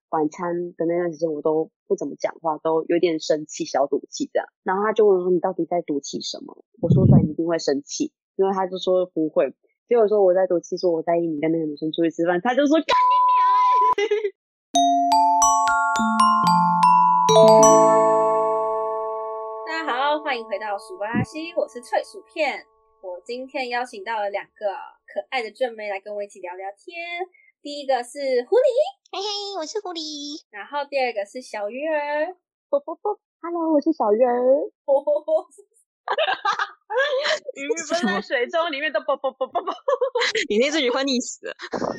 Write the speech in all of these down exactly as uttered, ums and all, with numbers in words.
晚餐的那段时间我都不怎么讲话，都有点生气，小赌气这样。然后他就问说你到底在赌气什么？我说出来你一定会生气，因为他就说不会。结果说我在赌气，说我在意你跟那个女生出去吃饭，他就说干你娘欸大家好，欢迎回到薯巴拉西，我是脆薯片。我今天邀请到了两个可爱的正妹来跟我一起聊聊天。第一个是狐狸， 嘿嘿，我是狐狸。 然后第二个是小鱼儿， 啵啵啵 ，Hello， 我是小鱼儿。鱼奔在水中，里面都啵啵啵啵啵。 你那只鱼快溺死了。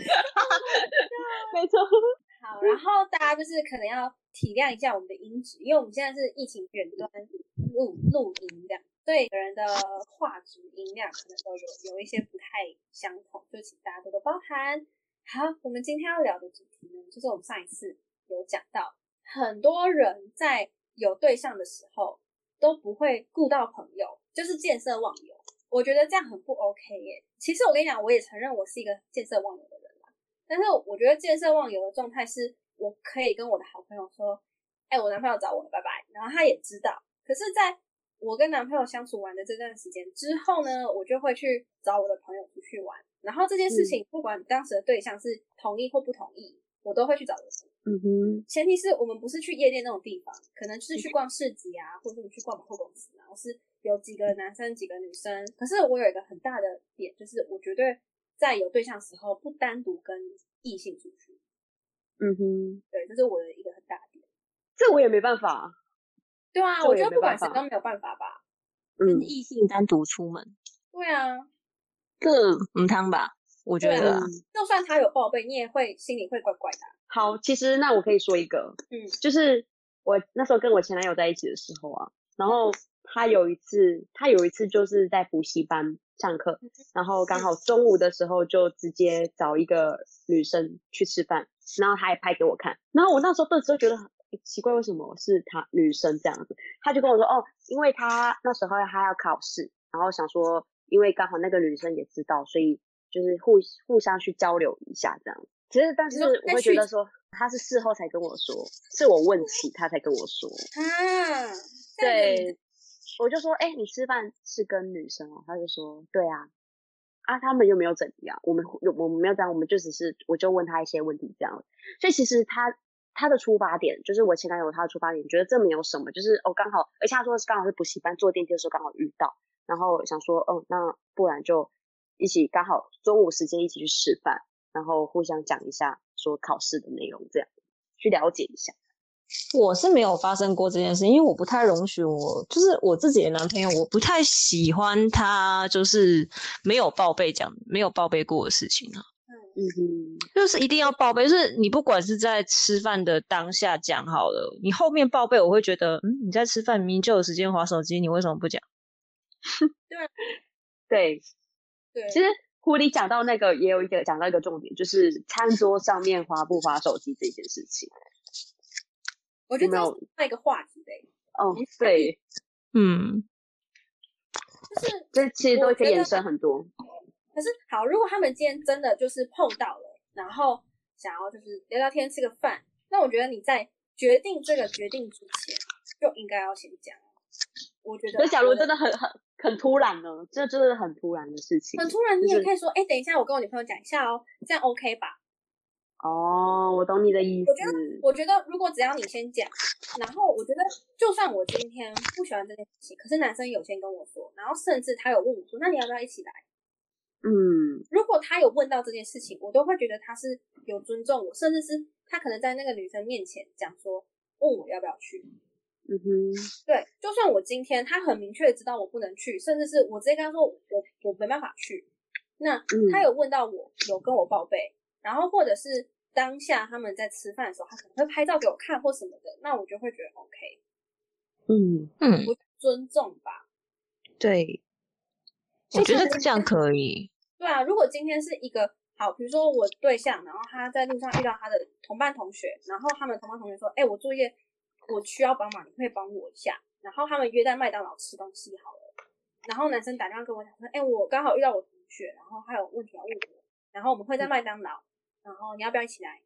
没错。 好，然后大家就是可能要体谅一下我们的音质，因为我们现在是疫情远端录录音这样，所以每个人的画质音量可能都有有一些不太相同，就请大家多多包涵。好，我们今天要聊的主题呢，就是我们上一次有讲到，很多人在有对象的时候都不会顾到朋友，就是见色忘友。我觉得这样很不 OK 耶。其实我跟你讲，我也承认我是一个见色忘友的人啦，但是我觉得见色忘友的状态是，我可以跟我的好朋友说，哎、欸，我男朋友找我了，拜拜，然后他也知道。可是在我跟男朋友相处完的这段时间之后呢，我就会去找我的朋友出去玩，然后这件事情、嗯、不管当时的对象是同意或不同意，我都会去找我的朋友。 嗯哼， 前提是我们不是去夜店那种地方，可能就是去逛市集啊，或者是我们去逛百货公司，然后是有几个男生几个女生。可是我有一个很大的点，就是我绝对在有对象的时候不单独跟异性出去。 嗯哼， 对，这是我的一个很大的点。 这我也没办法。 对啊，我觉得不管谁都没有办法吧。 跟异性单独出门。 对啊， 这唔汤吧，我觉得、啊嗯、就算他有报备，你也会心里会怪怪的。 好，其实那我可以说一个，嗯，就是我那时候跟我前男友在一起的时候啊，然后他有一次，他有一次就是在补习班上课，然后刚好中午的时候就直接找一个女生去吃饭，然后他也拍给我看，然后我那时候顿时就觉得欸、奇怪，为什么是他女生这样子？他就跟我说，哦，因为他那时候他要考试，然后想说，因为刚好那个女生也知道，所以就是互互相去交流一下这样。其实，但是我会觉得说，他是事后才跟我说，是我问起他才跟我说。 啊， 对，我就说，哎、欸，你吃饭是跟女生哦？他就说，对啊。啊，他们又没有怎样，我们我们没有这样，我们就只是，我就问他一些问题这样。所以其实他他的出发点，就是我前男友他的出发点，觉得这没有什么，就是哦刚好，而且他说刚好是补习班坐电梯的时候刚好遇到，然后想说，哦，那不然就一起刚好中午时间一起去吃饭。然后互相讲一下说考试的内容，这样去了解一下。 我是没有发生过这件事，因为我不太容许我就是我自己的男朋友，我不太喜欢他就是没有报备讲没有报备过的事情啊。 嗯哼， 就是一定要报备，就是你不管是在吃饭的当下讲好了，你后面报备我会觉得，嗯，你在吃饭明明就有时间滑手机，你为什么不讲？ 对对对， 其实狐狸讲到那个也有一个讲到一个重点，就是餐桌上面滑不滑手机这件事情。 我觉得这是另外一个话题的、欸。 哦，对， 嗯， 就是这其实都可以延伸很多。 可是好，如果他们今天真的就是碰到了，然后想要就是聊聊天吃个饭，那我觉得你在决定这个决定之前就应该要先讲。我觉得， 所以假如真的很很很突然呢，这真的很突然的事情， 很突然，你也可以说，哎、就是欸，等一下，我跟我女朋友讲一下哦，这样 OK 吧？ 哦，我懂你的意思。 我觉得，我觉得如果只要你先讲，然后我觉得，就算我今天不喜欢这件事情，可是男生有先跟我说，然后甚至他有问我说，那你要不要一起来？ 嗯， 如果他有问到这件事情，我都会觉得他是有尊重我，甚至是他可能在那个女生面前讲说，问我要不要去。 嗯哼， 对，就算我今天他很明确的知道我不能去，甚至是我直接跟他说我我没办法去，那他有问到我，有跟我报备，然后或者是当下他们在吃饭的时候，他可能会拍照给我看或什么的，那我就会觉得 OK。 嗯嗯， 不尊重吧？ 对，我觉得这样可以。 对啊，如果今天是一个好，比如说我对象，然后他在路上遇到他的同班同学，然后他们同班同学说，哎、欸，我作业我需要帮忙，你可以帮我一下。然后他们约在麦当劳吃东西好了。然后男生打电话跟我讲说，哎、欸，我刚好遇到我同学，然后他有问题要问我，然后我们会在麦当劳，然后你要不要一起来？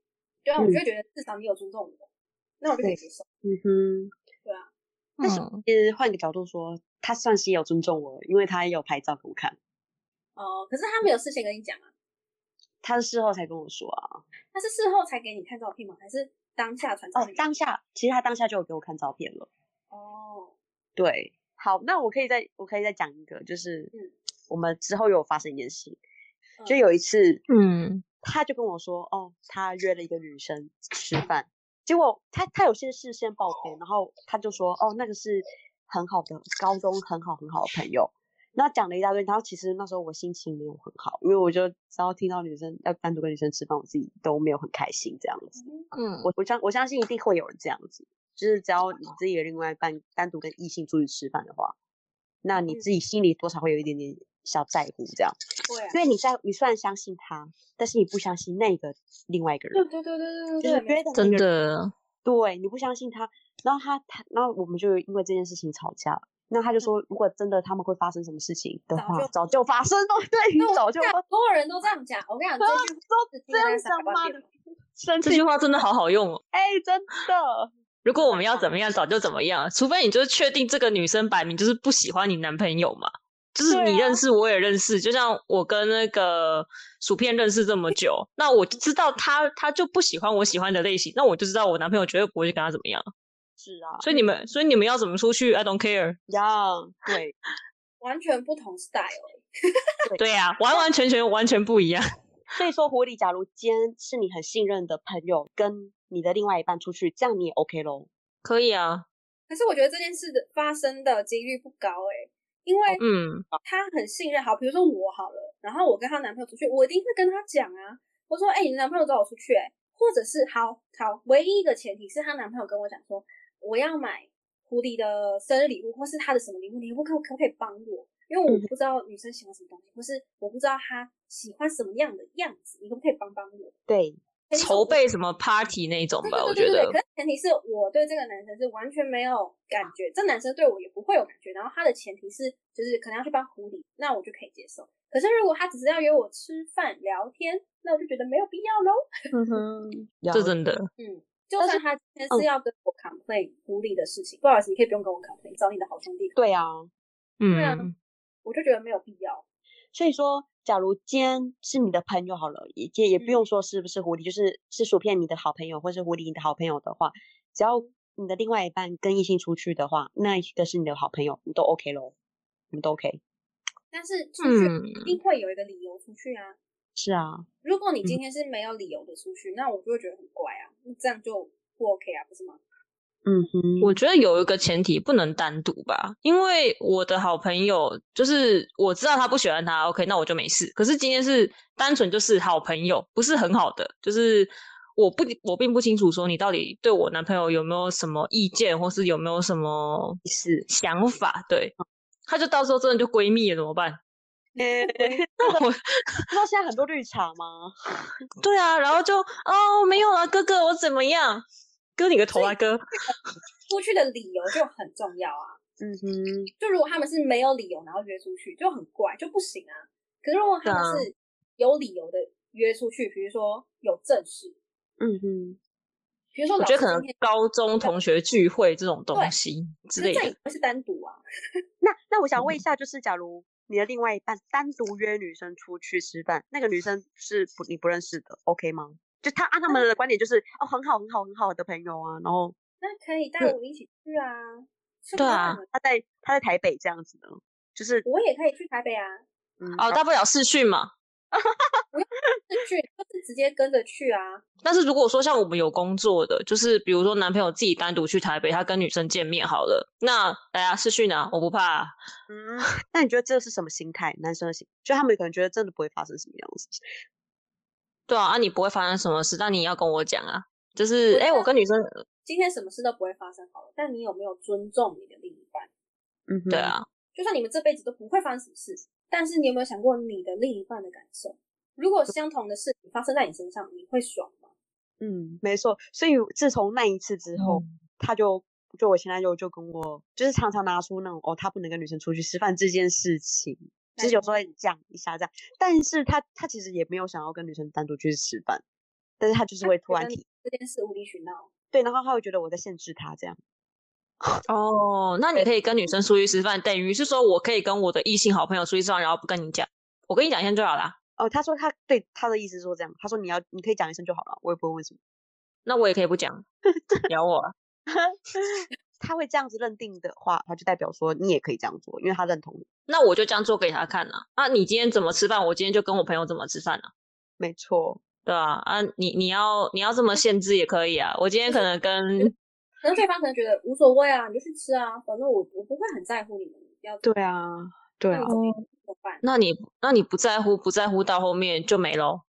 对啊，我就会觉得至少你有尊重我，那我就可以接受。 嗯哼， 对啊。 但是其实换个角度说，他算是也有尊重我，因为他也有拍照给我看。 哦，可是他没有事先跟你讲啊？ 他是事后才跟我说啊。 他是事后才给你看照片吗？还是当下传照片？ 哦，当下，其实他当下就有给我看照片了。 哦， 对，好，那我可以再我可以再讲一个，就是、嗯、我们之后有发生一件事情，嗯、就有一次， 嗯， 他就跟我说，哦，他约了一个女生吃饭，结果他他有些事先报备，然后他就说，哦，那个是很好的高中很好很好的朋友，那讲了一大堆，然后其实那时候我心情没有很好，因为我就只要听到女生要单独跟女生吃饭，我自己都没有很开心这样子。嗯，我我相我相信一定会有人这样子，就是只要你自己的另外一半单独跟异性出去吃饭的话，那你自己心里多少会有一点点小在乎这样。对、啊，因为你在你虽然相信他，但是你不相信那个另外一个人。 对对对对对， 就是觉得真的， 对，你不相信他，然后他他，然后我们就因为这件事情吵架。那他就说，如果真的他们会发生什么事情的话，早就早就发生了。对，早就发生。 所有人都这样讲。我跟你讲，这句都这样讲吗？ 这句话真的好好用哦。 哎、欸，真的。 如果我们要怎么样，早就怎么样，除非你就是确定这个女生摆明就是不喜欢你男朋友嘛，就是你认识我也认识，啊、就像我跟那个薯片认识这么久，那我就知道他他就不喜欢我喜欢的类型，那我就知道我男朋友绝对不会去跟他怎么样。 是啊， 所以你们，所以你们要怎么出去 ？I don't care。 呀，对， 完全不同 style 欸。对呀、啊，完完全全完全不一样。 所以说，狐狸，假如今天是你很信任的朋友，跟你的另外一半出去，这样你也 OK 咯？ 可以啊。 可是我觉得这件事的发生的几率不高诶、欸，因为嗯，他很信任。好，比如说我好了，然后我跟她男朋友出去，我一定会跟他讲啊，我说，哎、欸，你男朋友找我出去、欸，哎，或者是好好，唯一一个前提是她男朋友跟我讲说。我要买狐狸的生日礼物，或是他的什么礼物，你可可不可以帮我？因为我不知道女生喜欢什么东西，或是我不知道她喜欢什么样的样子，你可不可以帮帮我？ 对， 筹备什么 party 那种吧，我觉得。 可是前提是我对这个男生是完全没有感觉，这男生对我也不会有感觉。然后他的前提是，就是可能要去帮狐狸，那我就可以接受。可是如果他只是要约我吃饭聊天，那我就觉得没有必要喽。 嗯哼， 这真的， 嗯。就算他今天是要跟我 complain 狐狸的事情，不好意思，你可以不用跟我 complain， 找你的好兄弟。 对啊， 嗯，对啊，我就觉得没有必要。 所以说，假如今天是你的朋友好了，也也不用说是不是狐狸，嗯、就是是薯片你的好朋友，或是狐狸你的好朋友的话，只要你的另外一半跟异性出去的话，那一个是你的好朋友，你都 OK 咯，你们都 OK。 但是出去一定会有一个理由出去啊。 是啊， 如果你今天是没有理由的出去，嗯、那我就会觉得很怪啊，这样就不 OK 啊，不是吗？ 嗯哼， 我觉得有一个前提不能单独吧，因为我的好朋友就是我知道他不喜欢他 ，OK， 那我就没事。可是今天是单纯就是好朋友，不是很好的，就是我不我并不清楚说你到底对我男朋友有没有什么意见，或是有没有什么是想法，对，他就到时候真的就闺蜜了怎么办？ 欸、我知道现在很多绿茶吗？ 对啊，然后就哦没有啊，哥哥我怎么样？割你个头啊，哥！ 出去的理由就很重要啊。 嗯哼， 就如果他们是没有理由然后约出去，就很怪，就不行啊。可是如果他们是有理由的约出去，比如说有正事， 嗯哼， 比如说我觉得可能高中同学聚会这种东西之类的， 这也不是单独啊。 那那我想问一下，就是假如你的另外一半单独约女生出去吃饭，那个女生是不你不认识的 ，OK 吗？就他按他们的观点就是、嗯、哦很好很好很好的朋友啊，然后那可以带我一起去啊。 对啊， 他在他在台北这样子的，就是我也可以去台北啊。 嗯，哦，大不了视讯嘛。 不用视讯，就是直接跟着去啊。 但是如果说像我们有工作的，就是比如说男朋友自己单独去台北，他跟女生见面好了，那大家视讯啊，我不怕、啊。 嗯，那你觉得这是什么心态？男生的心，就他们可能觉得真的不会发生什么样的事情。 对啊，啊你不会发生什么事，但你要跟我讲啊。就是哎、欸，我跟女生今天什么事都不会发生好了，但你有没有尊重你的另一半？ 嗯， 对啊， 就算你们这辈子都不会发生什么事，但是你有没有想过你的另一半的感受？如果相同的事情发生在你身上，你会爽吗？ 嗯，没错。所以自从那一次之后，嗯、他就就我现在就就跟我就是常常拿出那种哦，他不能跟女生出去吃饭这件事情，就是有时候会讲一下这样。但是他他其实也没有想要跟女生单独去吃饭， 但是他就是会突然提这件事无理取闹。 对，然后他会觉得我在限制他这样。 哦，那你可以跟女生出去吃饭，等于是说我可以跟我的异性好朋友出去吃饭，然后不跟你讲，我跟你讲一声就好啦。 哦，他说他对他的意思是说这样，他说你要你可以讲一声就好了，我也不会问什么。 那我也可以不讲，咬我、啊。 他会这样子认定的话，他就代表说你也可以这样做，因为他认同你。 那我就这样做给他看啊。啊，你今天怎么吃饭，我今天就跟我朋友怎么吃饭啊。 没错， 对啊，啊，你你要你要这么限制也可以啊。我今天可能跟， 可能对方可能觉得无所谓啊，你就去吃啊，反正我我不会很在乎你们要。 对啊，对啊。 那你怎么办？ 那你那你不在乎不在乎到后面就没咯。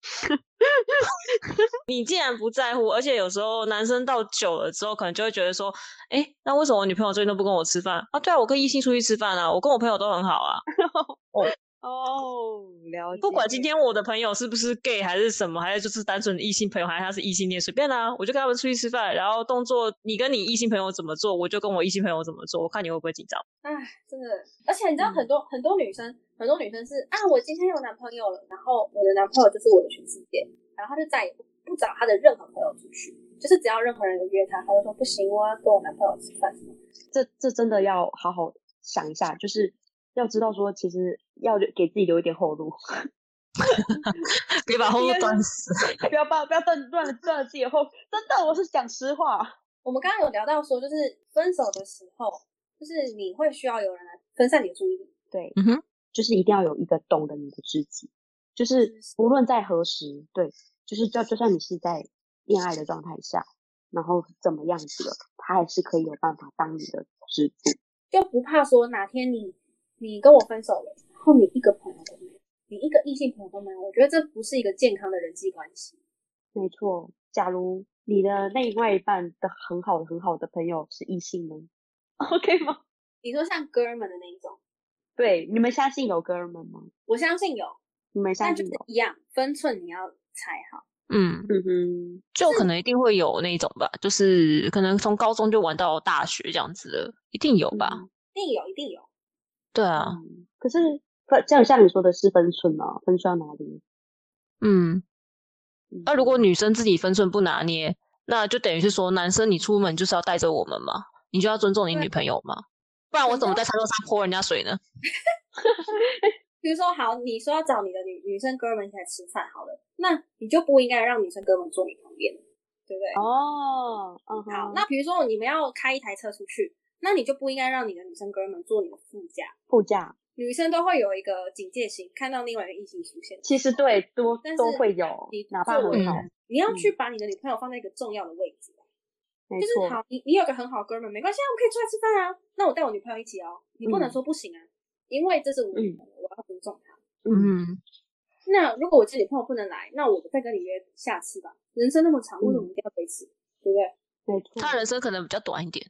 你既然不在乎，而且有时候男生到久了之后，可能就会觉得说，哎，那为什么我女朋友最近都不跟我吃饭啊？对啊，我跟异性出去吃饭啊，我跟我朋友都很好啊。 哦哦，了解。 不管今天我的朋友是不是 gay 还是什么，还是就是单纯的异性朋友，还是他是异性恋，随便啦、啊，我就跟他们出去吃饭，然后动作你跟你异性朋友怎么做，我就跟我异性朋友怎么做，我看你会不会紧张。 哎，真的，而且你知道很多、嗯、很多女生，很多女生是啊，我今天有男朋友了，然后我的男朋友就是我的全世界，然后他就再也不不找他的任何朋友出去，就是只要任何人有约他，他就说不行，我要跟我男朋友吃饭什么。 这这真的要好好想一下，就是要知道说，其实要给自己留一点后路， 别把后路断死， 不要把不要断断了断了自己的后。真的，我是讲实话。 我们刚刚有聊到说，就是分手的时候，就是你会需要有人来分散你的注意力。 对， 嗯哼， 就是一定要有一个懂得你的知己，就是无论在何时，对，就是就就算你是在恋爱的状态下，然后怎么样子了，他还是可以有办法当你的支柱， 就不怕说哪天你你跟我分手了，然后你一个朋友都没有，你一个异性朋友都没有，我觉得这不是一个健康的人际关系。 没错，假如你的另外一半的很好的很好的朋友是异性呢 ？OK 吗？ 你说像哥们的那一种？ 对，你们相信有哥们吗？ 我相信有， 你们相信有？ 但就是一样，分寸你要踩好。 嗯嗯哼， 就可能一定会有那种吧，就是可能从高中就玩到大学这样子的，一定有吧？ 嗯、一定有，一定有。 对啊， 嗯、可是这样像你说的是分寸啊，分寸到哪里？ 嗯，那、啊、如果女生自己分寸不拿捏，那就等于是说，男生你出门就是要带着我们嘛，你就要尊重你女朋友嘛，不然我怎么在餐桌上泼人家水呢？ 比如说，好，你说要找你的女女生哥们一起来吃饭，好了，那你就不应该让女生哥们坐你旁边，对不对？ 哦，嗯， 好，那比如说你们要开一台车出去，那你就不应该让你的女生哥们坐你的副驾。 副驾， 女生都会有一个警戒心，看到另外一个异性出现。 其实对，都都会有， 你哪怕很好， 你要去把你的女朋友放在一个重要的位置。 没错，就是好，你你有个很好的哥们，没关系啊，我们可以出来吃饭啊。那我带我女朋友一起哦，你不能说不行啊，嗯、因为这是我女朋友，嗯、我要尊重她。 嗯， 那如果我自己朋友不能来，那我再跟你约下次吧。人生那么长，为什么一定要这一次？对不对？ 没错， 他人生可能比较短一点。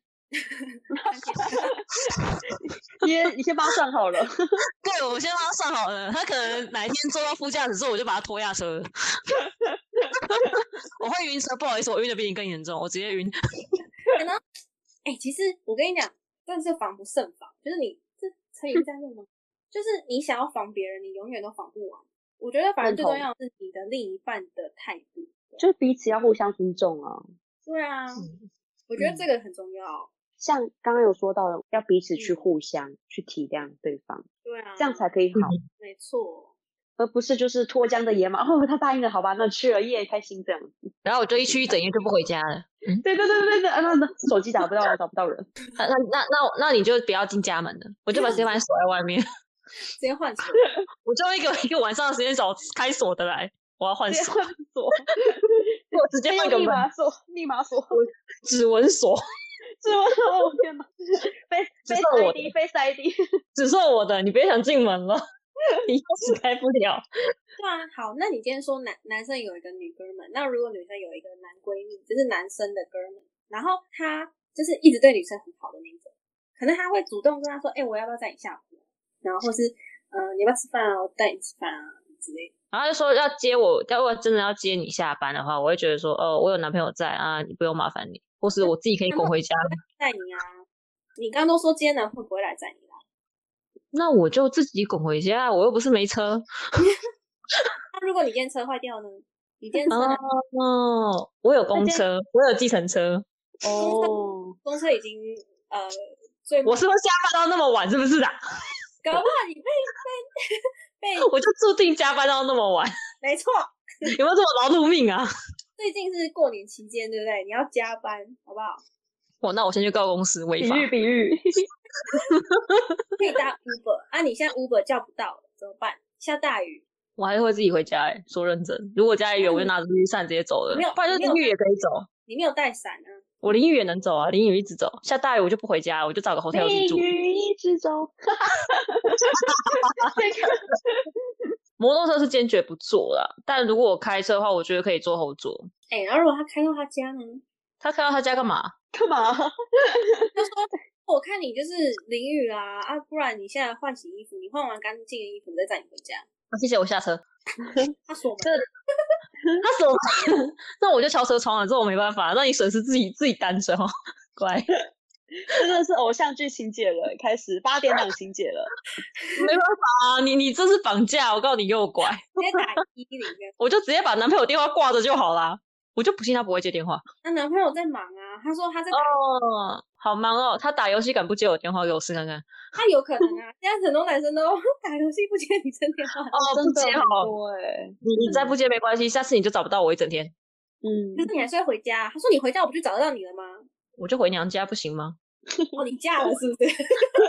你先你先帮他算好了。 对，我先帮他算好了。他可能哪一天坐到副驾驶之后，我就把他拖下车了。我会晕车，不好意思，我晕的比你更严重，我直接晕。 可能，哎、欸，其实我跟你讲，真的是防不胜防。就是你这成语在用吗？就是你想要防别人，你永远都防不完。我觉得反正最重要的是你的另一半的态度， 就是彼此要互相尊重啊。 对啊，嗯、我觉得这个很重要。嗯、 像刚刚有说到的，要彼此去互相、嗯、去体谅对方， 对啊， 这样才可以好。 嗯、没错， 而不是就是脱缰的野马。哦，他答应了，好吧，那去了，耶，开心这样子。 然后我就一去一整夜就不回家了。 嗯，对对对对对，那那手机打不到，找不到人。 那那那那那你就不要进家门了，我就把直接把你锁在外面。 直接换锁， 我就一个一个晚上的时间找开锁的来，我要换锁， 换锁， 我直接换个密码锁，密码锁， 指纹锁， 指纹锁，我天哪 ！Face I D，Face I D， 只剩我的，你别想进门了，你钥匙开不了。 对啊，好，那你今天说男男生有一个女哥们，那如果女生有一个男闺蜜，就是男生的哥们，然后他就是一直对女生很好的那种，可能他会主动跟他说，哎、欸，我要不要载你下铺？然后或是，嗯、呃，你要不要吃饭啊？我带你吃饭啊之类的。 然后就说要接我，要我真的要接你下班的话，我会觉得说，哦，我有男朋友在啊，你不用麻烦你，或是我自己可以滚回家。 载你啊！你刚刚都说今天男朋友不会来载你啦， 那我就自己滚回家，我又不是没车。 那如果你今天车坏掉呢？ 你今天车哪？ 哦，我有公车，我有计程车。 哦， 公车已经呃最我是会加班到那么晚，是不是啊？ 搞不好你被被被， 我就注定加班到那么晚。 没错。 有没有这么劳碌命啊？ 最近是过年期间，对不对？你要加班，好不好？ 哦，那我先去告公司违法。 比喻比喻， 可以搭 Uber 啊，你现在 Uber 叫不到了，怎么办？下大雨， 我还是会自己回家哎、欸，说认真。如果家里远，我就拿着雨伞直接走了。 没有， 不然就淋雨也可以走。 你没有带伞啊？ 我淋雨也能走啊，淋雨一直走。下大雨我就不回家，我就找个 hotel 去住。 淋雨一直走。 摩托车是坚决不坐啦，但如果我开车的话，我觉得可以坐后座。 哎、欸，然后如果他开到他家呢？ 他开到他家干嘛？ 干嘛？ 他说：“我看你就是淋雨啦，啊，不然你现在换洗衣服，你换完干净的衣服，再载你回家。 啊”谢谢，我下车。 他锁门， 他锁门，那我就敲车窗了。这我没办法，那你损失自己自己担着哦，乖。 真的是偶像剧情节了，开始八点档情节了。 没办法啊，你你这是绑架，我告诉你给我乖。 直接打一零的， 我就直接把男朋友电话挂着就好啦。我就不信他不会接电话。 那男朋友在忙啊，他说他在打哦，好忙哦，他打游戏敢不接我电话给我试看看？ 他有可能啊，现在很多男生都打游戏不接女生电话。 哦，不接好， 对， 你你再不接没关系，下次你就找不到我一整天。 嗯， 可是你还是会回家。他说你回家我不就找得到你了吗？ 我就回娘家不行吗？ 哦，你嫁了是不是？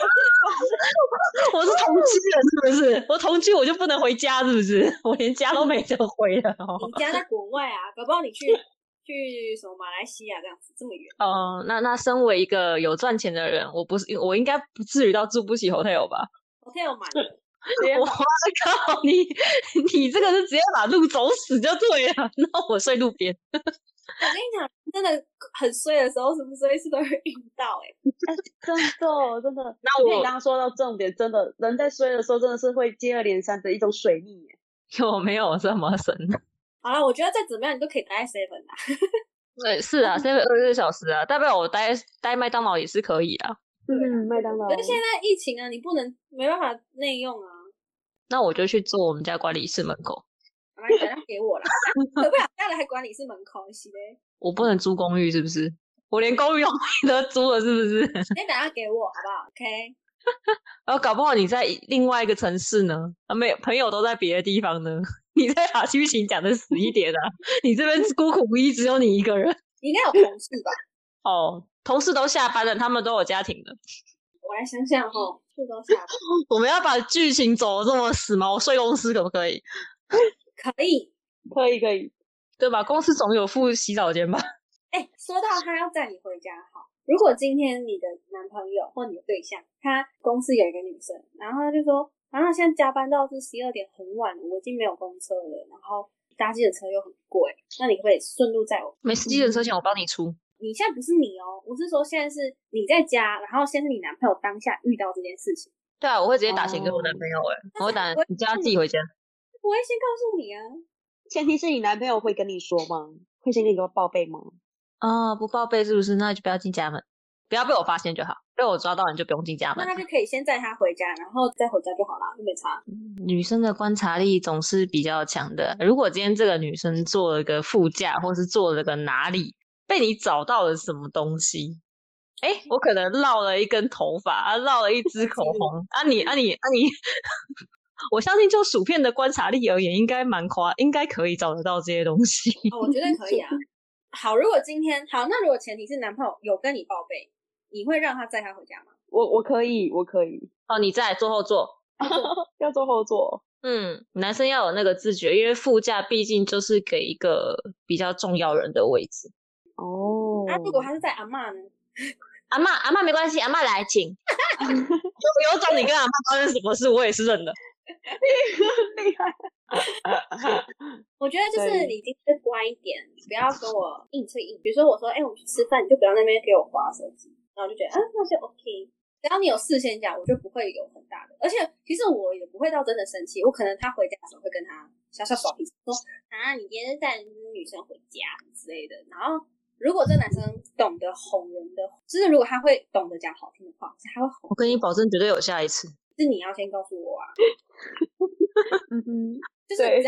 我是同居人是不是？我同居我就不能回家是不是？我连家都没得回了。哦、 你家在国外啊，搞不好你去去什么马来西亚这样子这么远。 哦、呃，那那身为一个有赚钱的人，我不是我应该不至于到住不起 hotel 吧 ？hotel 满了。 我靠你！你这个是直接把路走死就对了，那我睡路边。 我跟你讲，真的很衰的时候，什么衰事都会遇到哎、 欸。真的真的。 那我你刚刚说到重点，真的人在衰的时候，真的是会接二连三的一种水逆耶。 有没有这么神？ 好了，我觉得再怎么样，你都可以待在 seven 啦。 对，是啊 ，seven 二十四小时啊，代表我待待麦当劳也是可以啊。 嗯，麦当劳。 可是现在疫情啊，你不能没办法内用啊。 那我就去坐我们家管理室门口。 好啦，你等下给我啦。可不了家了还管理室门口是嘞？ 我不能租公寓是不是？我连公寓都没得租了是不是？ 你等下给我好不好 ？OK。 然后搞不好你在另外一个城市呢，啊，没有朋友都在别的地方呢。你再把剧情讲的死一点啊！你这边孤苦无依，只有你一个人。 你应该有同事吧？ 哦，同事都下班了，他们都有家庭了。 我来想想哦，是都下班。 我们要把剧情走得这么死吗？我睡公司可不可以？ 可以， 可以，可以， 对吧？公司总有附洗澡间吧？ 哎、欸，说到他要载你回家，好，如果今天你的男朋友或你的对象，他公司有一个女生，然后他就说，啊，现在加班到是十二点很晚了，我已经没有公车了，然后搭计程车又很贵，那你可不可以顺路载我？ 没司机的车钱我帮你出。 你现在不是你哦，我是说现在是你在家，然后现在是你男朋友当下遇到这件事情。 对啊，我会直接打钱给我男朋友哎、欸，我会打你叫他自己回家。 我会先告诉你啊， 前提是你男朋友会跟你说吗？会先跟你报备吗？ 啊、哦，不报备是不是？那就不要进家门，不要被我发现就好。被我抓到你就不用进家门。 那他就可以先载他回家，然后再回家就好了，就没差。 女生的观察力总是比较强的。如果今天这个女生坐了个副驾，或是坐了个哪里，被你找到了什么东西？哎，我可能绕了一根头发，啊，绕了一支口红，啊你啊你啊你，我相信就薯片的观察力而言，应该蛮夸，应该可以找得到这些东西。 哦，我觉得可以啊。好，如果今天好，那如果前提是男朋友有跟你报备，你会让他载他回家吗？ 我我可以，我可以。 哦，你在坐后座， 要坐后座。 嗯，男生要有那个自觉，因为副驾毕竟就是给一个比较重要人的位置。 哦， 啊，如果他是在阿嬷呢？ 阿嬷，阿嬷没关系，阿嬷来请。有有种你跟阿嬷发生什么事，我也是认的。 厉害。 我觉得就是你今天乖一点，你不要跟我硬吹硬。比如说我说，哎、欸，我们去吃饭，你就不要那边给我滑手机，然后我就觉得，啊，那就 OK。只要你有事先讲，我就不会有很大的。而且其实我也不会到真的生气，我可能他回家的时候会跟他小小耍脾气，说啊，你今天带女生回家之类的。然后如果这男生懂得哄人的，就是如果他会懂得讲好听的话，他会哄。 我跟你保证，绝对有下一次。 是你要先告诉我啊。 嗯哼， 就是只要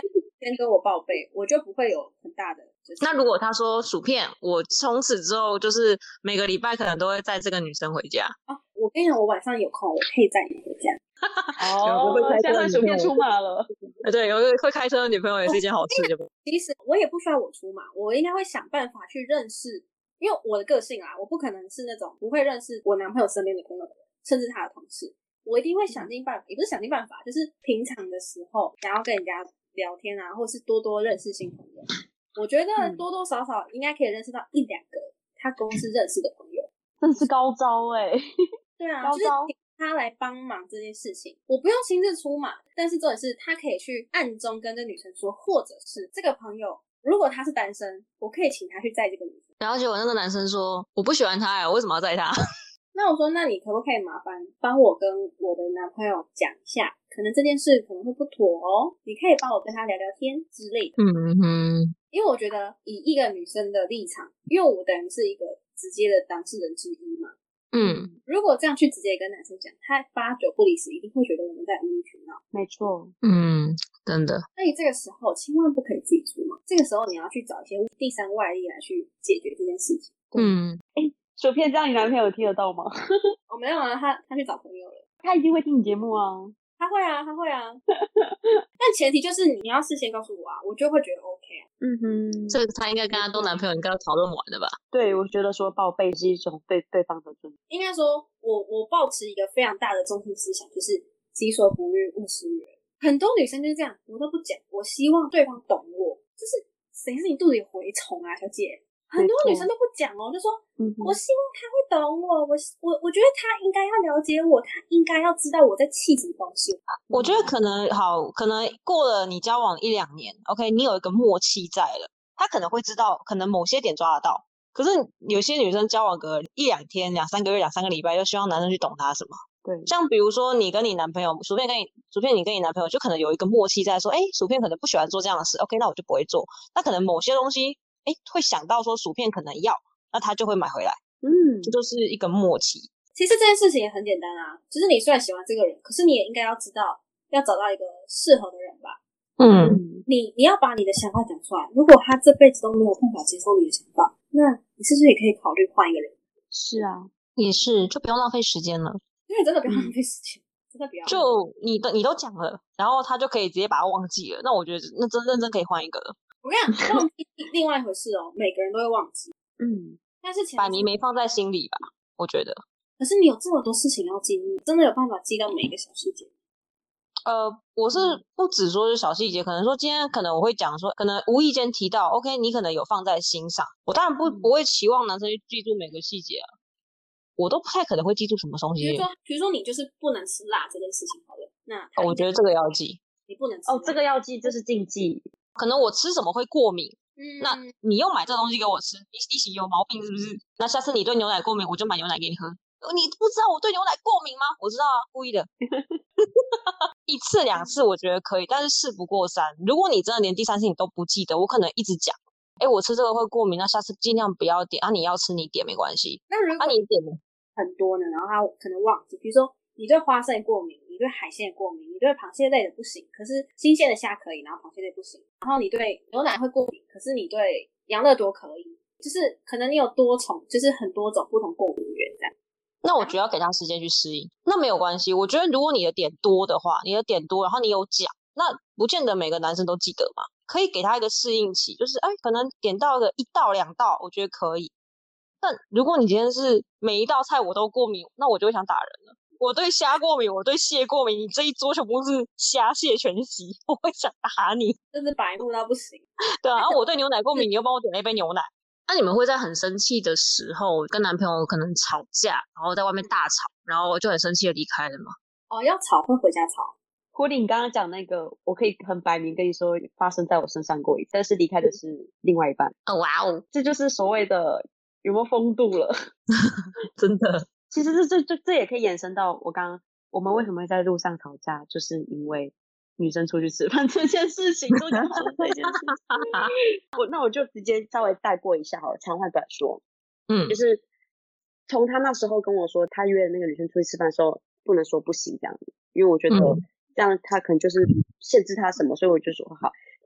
先跟我报备，我就不会有很大的、就是、 那如果他说薯片，我从此之后就是每个礼拜可能都会载这个女生回家啊。我跟你讲，我晚上有空，我可以载你回家。 哦，现在薯片出马了。 对，有一个会开车的女朋友也是一件好事。 其实我也不需要我出马，我应该会想办法去认识，因为我的个性啊，我不可能是那种不会认识我男朋友身边的朋友的人，甚至他的同事，我一定会想尽办法，也不是想尽办法，就是平常的时候想要跟人家聊天啊，或是多多认识新朋友。我觉得多多少少应该可以认识到一两个他公司认识的朋友， 真是高招哎、欸！ 对啊，高招。就是他来帮忙这件事情，我不用亲自出马，但是重点是他可以去暗中跟这女生说，或者是这个朋友如果他是单身，我可以请他去载这个女生。 然后结果那个男生说我不喜欢他呀，我为什么要载他？ 那我说那你可不可以麻烦帮我跟我的男朋友讲一下，可能这件事可能会不妥哦，你可以帮我跟他聊聊天之类的。 嗯哼， 因为我觉得以一个女生的立场，因为我等于是一个直接的当事人之一嘛， 嗯， 如果这样去直接跟男生讲，他八九不离十，一定会觉得我们在无理取闹。 没错， 嗯，真的。 所以这个时候千万不可以自己出马，这个时候你要去找一些第三外力来去解决这件事情。 嗯， 哎、欸，薯片这样你男朋友听得到吗？ 我、哦、没有啊，他他去找朋友了。 他一定会听你节目啊。 他会啊，他会啊。但前提就是你要事先告诉我啊，我就会觉得 OK 啊。 嗯哼， 这个他应该跟他都男朋友应该要讨论完了吧？ 对，我觉得说报备是一种对对方的尊重。 应该说我我抱持一个非常大的中心思想，就是己所不欲，勿施于人。很多女生就是这样，我都不讲，我希望对方懂我。就是谁是你肚子里蛔虫啊，小姐？很多女生都不讲哦，就说、嗯、我希望他会懂我，我我我觉得他应该要了解我，他应该要知道我在气什么东西。 我觉得可能好，可能过了你交往一两年 ，OK， 你有一个默契在了，他可能会知道，可能某些点抓得到。可是有些女生交往个一两天、两三个月、两三个礼拜，就希望男生去懂她什么。 对， 像比如说你跟你男朋友，薯片跟你薯片，你跟你男朋友就可能有一个默契在说，哎，薯片可能不喜欢做这样的事 ，OK， 那我就不会做。那可能某些东西。哎，会想到说薯片可能要，那他就会买回来。 嗯， 这就是一个默契。 其实这件事情也很简单啊，就是你虽然喜欢这个人，可是你也应该要知道，要找到一个适合的人吧。 嗯， 你你要把你的想法讲出来。如果他这辈子都没有办法接受你的想法，那你是不是也可以考虑换一个人？ 是啊， 也是，就不用浪费时间了。 因为真的不要浪费时间。嗯，真的不要。 就你的你都讲了，然后他就可以直接把它忘记了。那我觉得那真认真可以换一个了。 我跟你讲，忘记另外一回事哦，每个人都会忘记。 嗯， 但是前把你没放在心里吧，我觉得。 可是你有这么多事情要记录，真的有办法记到每一个小细节？ 呃，我是不只说是小细节，可能说今天可能我会讲说，可能无意间提到 ，OK， 你可能有放在心上。我当然不、嗯、不会期望男生去记住每个细节啊，我都不太可能会记住什么东西。 比如说，比如说你就是不能吃辣这件事情，好了，那、 哦、我觉得这个要记。 你不能吃辣哦，这个要记，这是禁忌。 可能我吃什么会过敏， 嗯， 那你又买这东西给我吃，你你洗有毛病是不是？那下次你对牛奶过敏，我就买牛奶给你喝。你不知道我对牛奶过敏吗？我知道啊，故意的。一次两次我觉得可以，但是事不过三。如果你真的连第三次你都不记得，我可能一直讲，哎，我吃这个会过敏，那下次尽量不要点啊。你要吃你点没关系。 那如果啊你点了很多呢，然后他可能忘记，比如说你对花生过敏，你对海鲜过敏，你对螃蟹类的不行，可是新鲜的虾可以，然后螃蟹类不行。然后你对牛奶会过敏，可是你对养乐多可以，就是可能你有多重，就是很多种不同过敏源这样。 那我觉得要给他时间去适应，那没有关系。我觉得如果你的点多的话，你的点多，然后你有讲，那不见得每个男生都记得嘛。可以给他一个适应期，就是哎，可能点到个一道两道，我觉得可以。但如果你今天是每一道菜我都过敏，那我就会想打人了。我对虾过敏，我对蟹过敏，你这一桌全部是虾蟹全席，我会想打你， 就是白目到不行。 对啊，然后我对牛奶过敏，你又帮我点了一杯牛奶。那你们会在很生气的时候跟男朋友可能吵架，然后在外面大吵，然后就很生气的离开了吗？ 哦，要吵会回家吵。 狐狸，你刚刚讲那个，我可以很白明跟你说，发生在我身上过一次，但是离开的是另外一半。 哦哇哦， 这就是所谓的有没有风度了？ 真的。 其实这这这这也可以延伸到我刚刚我们为什么会在路上吵架，就是因为女生出去吃饭这件事情，都讲出这件事情。我那我就直接稍微带过一下好了，长话短说。嗯，就是从他那时候跟我说他约那个女生出去吃饭的时候，不能说不行这样子，因为我觉得这样他可能就是限制他什么，所以我就说好。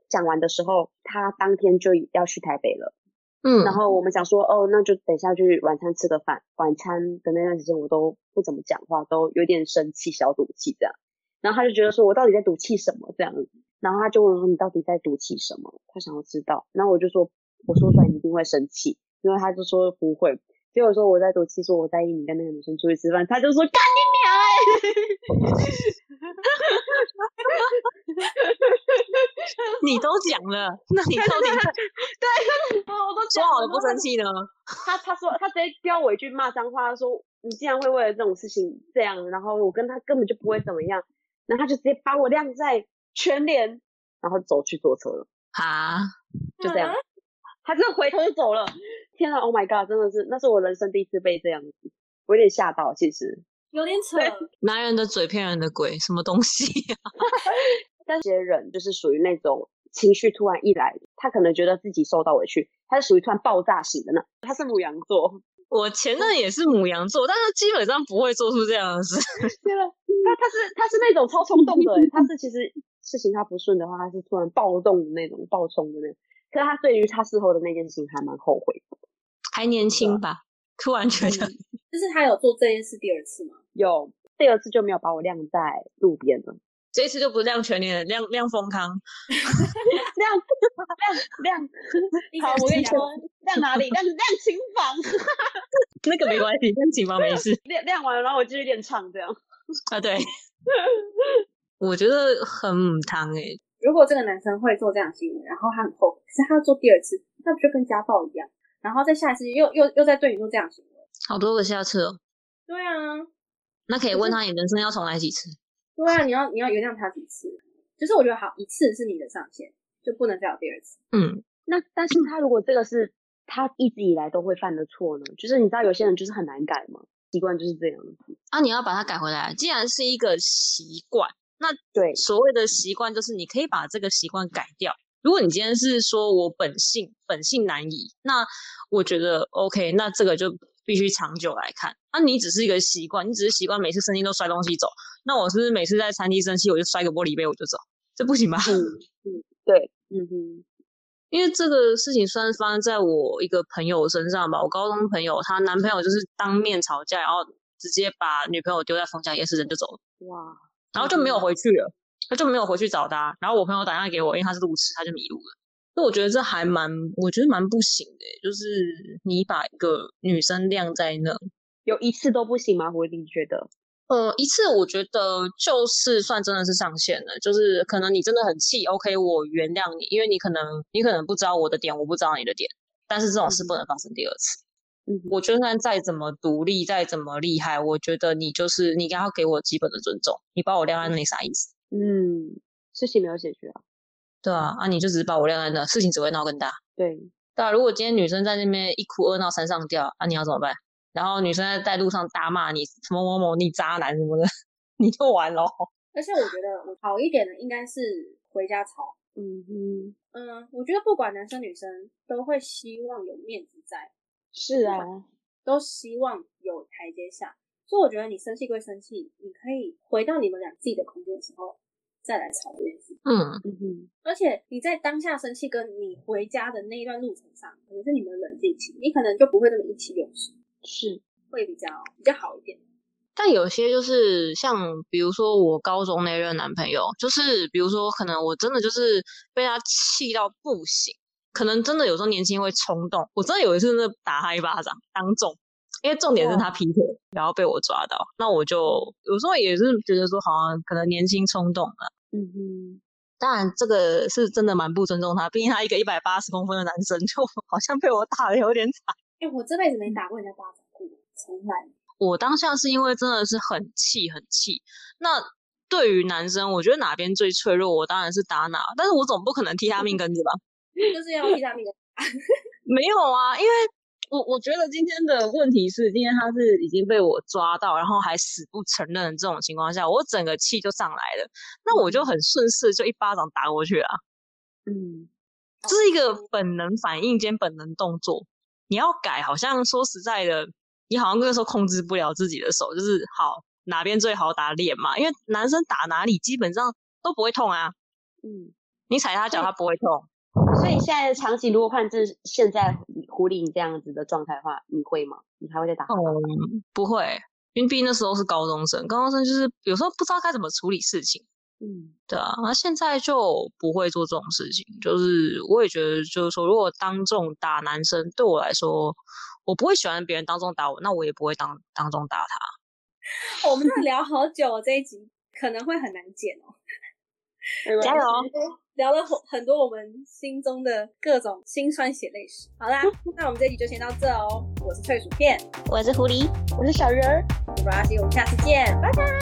讲完的时候，他当天就要去台北了。 嗯， 然后我们讲说，哦，那就等一下去晚餐吃个饭。晚餐的那段时间我都不怎么讲话，都有点生气，小赌气这样。然后他就觉得说我到底在赌气什么这样，然后他就问我说你到底在赌气什么？他想要知道。然后我就说我说出来你一定会生气，因为他就说不会。结果说我在赌气，说我在意你跟那个女生出去吃饭，他就说干你娘欸你都讲了，那你到底对，我都说好了不生气呢？ 他他说他直接飙我一句骂脏话，他说你竟然会为了这种事情这样，然后我跟他根本就不会怎么样，然后他就直接把我晾在全联，然后走去坐车了。 哈， 就这样，他真的回头就走了。天啊 ，Oh my god， 真的是，那是我人生第一次被这样子，我有点吓到，其实有点扯。 男人的嘴骗人的鬼，什么东西啊？ 但这些人就是属于那种情绪突然一来，他可能觉得自己受到委屈，他是属于突然爆炸型的呢。他是牡羊座， 我前任也是牡羊座，但是基本上不会做出这样的事。 对了，他他是他是那种超冲动的，他是其实事情他不顺的话，他是突然暴动的那种，暴冲的那种。可是他对于他事后的那件事情还蛮后悔的， 还年轻吧？突然觉得， 就是他有做这件事第二次吗？ 有，第二次就没有把我晾在路边了。 这一次就不是晾全年了，晾晾丰康， 晾晾晾，好，我跟你说，晾哪里？晾晾琴房， 那个没关系，晾琴房没事。 晾晾完了，然后我继续练唱这样。 啊，对，我觉得很母汤哎。 如果这个男生会做这样的行为，然后他很后悔，可是他要做第二次，那不就跟家暴一样？然后再下一次又又又在对你做这样的行为， 好多个下次哦。 对啊， 那可以问他你人生要重来几次？ 对啊，你要你要原谅他几次？就是我觉得好一次是你的上限，就不能再有第二次。 嗯， 那但是他如果这个是他一直以来都会犯的错呢？就是你知道有些人就是很难改嘛，习惯就是这样子。 啊，你要把它改回来。既然是一个习惯，那对所谓的习惯就是你可以把这个习惯改掉。如果你今天是说我本性本性难移，那我觉得 OK， 那这个就必须长久来看。那、啊、你只是一个习惯，你只是习惯每次生气都摔东西走，那我是不是每次在餐厅生气我就摔个玻璃杯我就走？这不行吧？ 嗯嗯，对，嗯哼。 因为这个事情虽然发生在我一个朋友身上吧，我高中朋友，她男朋友就是当面吵架，然后直接把女朋友丢在逢甲夜市人就走了， 哇， 然后就没有回去了，他就没有回去找他。然后我朋友打电话给我，因为他是路痴，他就迷路了。所以我觉得这还蛮，我觉得蛮不行的，就是你把一个女生晾在那， 有一次都不行吗？我你觉得？ 呃，一次我觉得就是算真的是上限了，就是可能你真的很气 ，OK， 我原谅你，因为你可能你可能不知道我的点，我不知道你的点，但是这种事不能发生第二次。 嗯， 我就算再怎么独立，再怎么厉害，我觉得你就是你要给我基本的尊重，你把我晾在那里啥意思？ 嗯，事情没有解决啊。 对啊，啊你就只是把我晾在那，事情只会闹更大。 对， 对啊，如果今天女生在那边一哭二闹三上吊，啊你要怎么办？然后女生在在路上大骂你什么某某你渣男什么的，你就完咯。 而且我觉得我好一点的应该是回家吵。 嗯哼， 嗯，我觉得不管男生女生都会希望有面子在。 是啊， 都希望有台阶下。所以我觉得你生气归生气，你可以回到你们俩自己的空间的时候再来吵这件事。 嗯嗯哼， 而且你在当下生气跟你回家的那一段路程上，可能是你们冷静期，你可能就不会那么意气用事， 是会比较比较好一点。 但有些就是像比如说我高中那任男朋友，就是比如说可能我真的就是被他气到不行，可能真的有时候年轻会冲动，我真的有一次真的打他一巴掌当众，因为重点是他劈腿然后被我抓到，那我就有时候也是觉得说好像可能年轻冲动了。 嗯哼， 当然这个是真的蛮不尊重他，毕竟他一个一百八十公分的男生，就好像被我打得有点惨。 哎、欸，我这辈子没打过人家巴掌过，从来。 我当下是因为真的是很气很气，那对于男生我觉得哪边最脆弱我当然是打哪，但是我总不可能踢他命根子吧。 就是要踢他命根子。 没有啊，因为我我觉得今天的问题是今天他是已经被我抓到然后还死不承认的这种情况下，我整个气就上来了，那我就很顺势就一巴掌打过去啊。 嗯， 这是一个本能反应兼本能动作，你要改好像说实在的你好像那个时候控制不了自己的手，就是好哪边最好打脸嘛，因为男生打哪里基本上都不会痛啊。 嗯， 你踩他脚他不会痛。 所以现在长期如果换至现在狐狸你这样子的状态的话，你会吗？你还会再打他吗？ 嗯，不会，因为毕竟那时候是高中生，高中生就是有时候不知道该怎么处理事情。 嗯， 对啊，那现在就不会做这种事情。就是我也觉得，就是说，如果当众打男生，对我来说，我不会喜欢别人当众打我，那我也不会当当众打他。 我们真的聊好久哦，这一集可能会很难剪哦。 加油！ 聊了很多我们心中的各种辛酸血泪史。好啦，那我们这一集就先到这哦。我是脆薯片， 我是狐狸，我是小鱼儿， 我是阿西，我们下次见，拜拜。